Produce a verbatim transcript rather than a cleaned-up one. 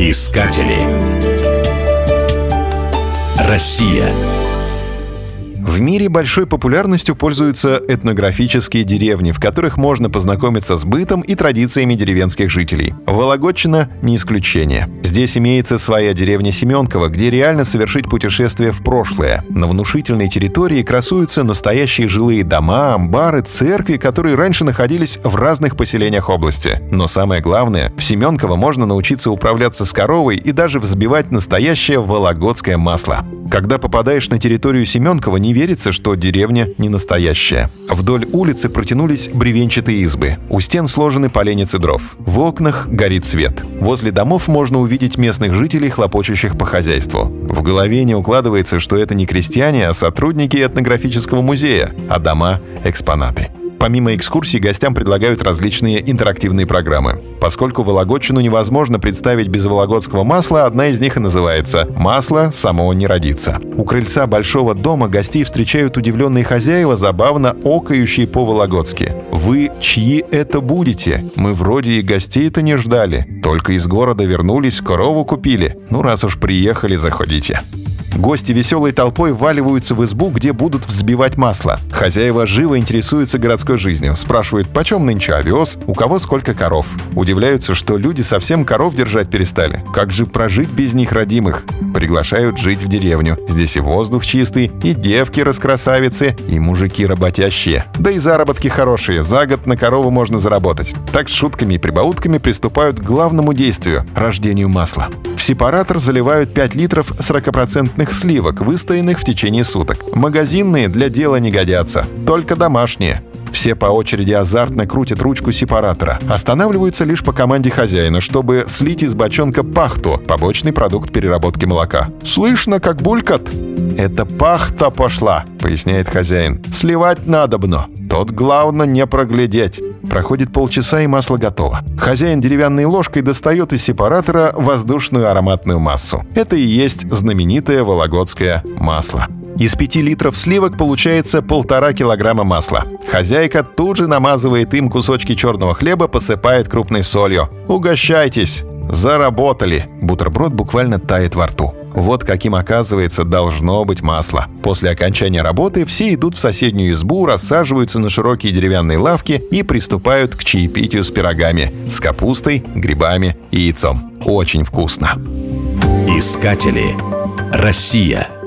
Искатели. Россия. В мире большой популярностью пользуются этнографические деревни, в которых можно познакомиться с бытом и традициями деревенских жителей. Вологодчина — не исключение. Здесь имеется своя деревня Семенково, где реально совершить путешествие в прошлое. На внушительной территории красуются настоящие жилые дома, амбары, церкви, которые раньше находились в разных поселениях области. Но самое главное, в Семенково можно научиться управляться с коровой и даже взбивать настоящее вологодское масло. Когда попадаешь на территорию Семенково, не верится, что деревня не настоящая. Вдоль улицы протянулись бревенчатые избы. У стен сложены поленницы дров. В окнах горит свет. Возле домов можно увидеть местных жителей, хлопочущих по хозяйству. В голове не укладывается, что это не крестьяне, а сотрудники этнографического музея, а дома — экспонаты. Помимо экскурсий, гостям предлагают различные интерактивные программы. Поскольку Вологодчину невозможно представить без вологодского масла, одна из них и называется «Масло само не родится». У крыльца большого дома гостей встречают удивленные хозяева, забавно окающие по-вологодски. «Вы чьи это будете? Мы вроде и гостей-то не ждали. Только из города вернулись, корову купили. Ну, раз уж приехали, заходите». Гости веселой толпой вваливаются в избу, где будут взбивать масло. Хозяева живо интересуются городской жизнью. Спрашивают, почем нынче овес, у кого сколько коров. Удивляются, что люди совсем коров держать перестали. Как же прожить без них, родимых? Приглашают жить в деревню. Здесь и воздух чистый, и девки раскрасавицы, и мужики работящие. Да и заработки хорошие. За год на корову можно заработать. Так с шутками и прибаутками приступают к главному действию – рождению масла. В сепаратор заливают пять литров сорокопроцентных сливок, выстоянных в течение суток. Магазинные для дела не годятся, только домашние. Все по очереди азартно крутят ручку сепаратора. Останавливаются лишь по команде хозяина, чтобы слить из бочонка пахту, побочный продукт переработки молока. «Слышно, как булькат?» «Это пахта пошла», — поясняет хозяин. «Сливать надобно. Тут главное не проглядеть». Проходит полчаса, и масло готово. Хозяин деревянной ложкой достает из сепаратора воздушную ароматную массу. Это и есть знаменитое вологодское масло. Из пяти литров сливок получается полтора килограмма масла. Хозяйка тут же намазывает им кусочки черного хлеба, посыпает крупной солью. «Угощайтесь! Заработали!» Бутерброд буквально тает во рту. Вот каким, оказывается, должно быть масло. После окончания работы все идут в соседнюю избу, рассаживаются на широкие деревянные лавки и приступают к чаепитию с пирогами, с капустой, грибами и яйцом. Очень вкусно. Искатели. Россия.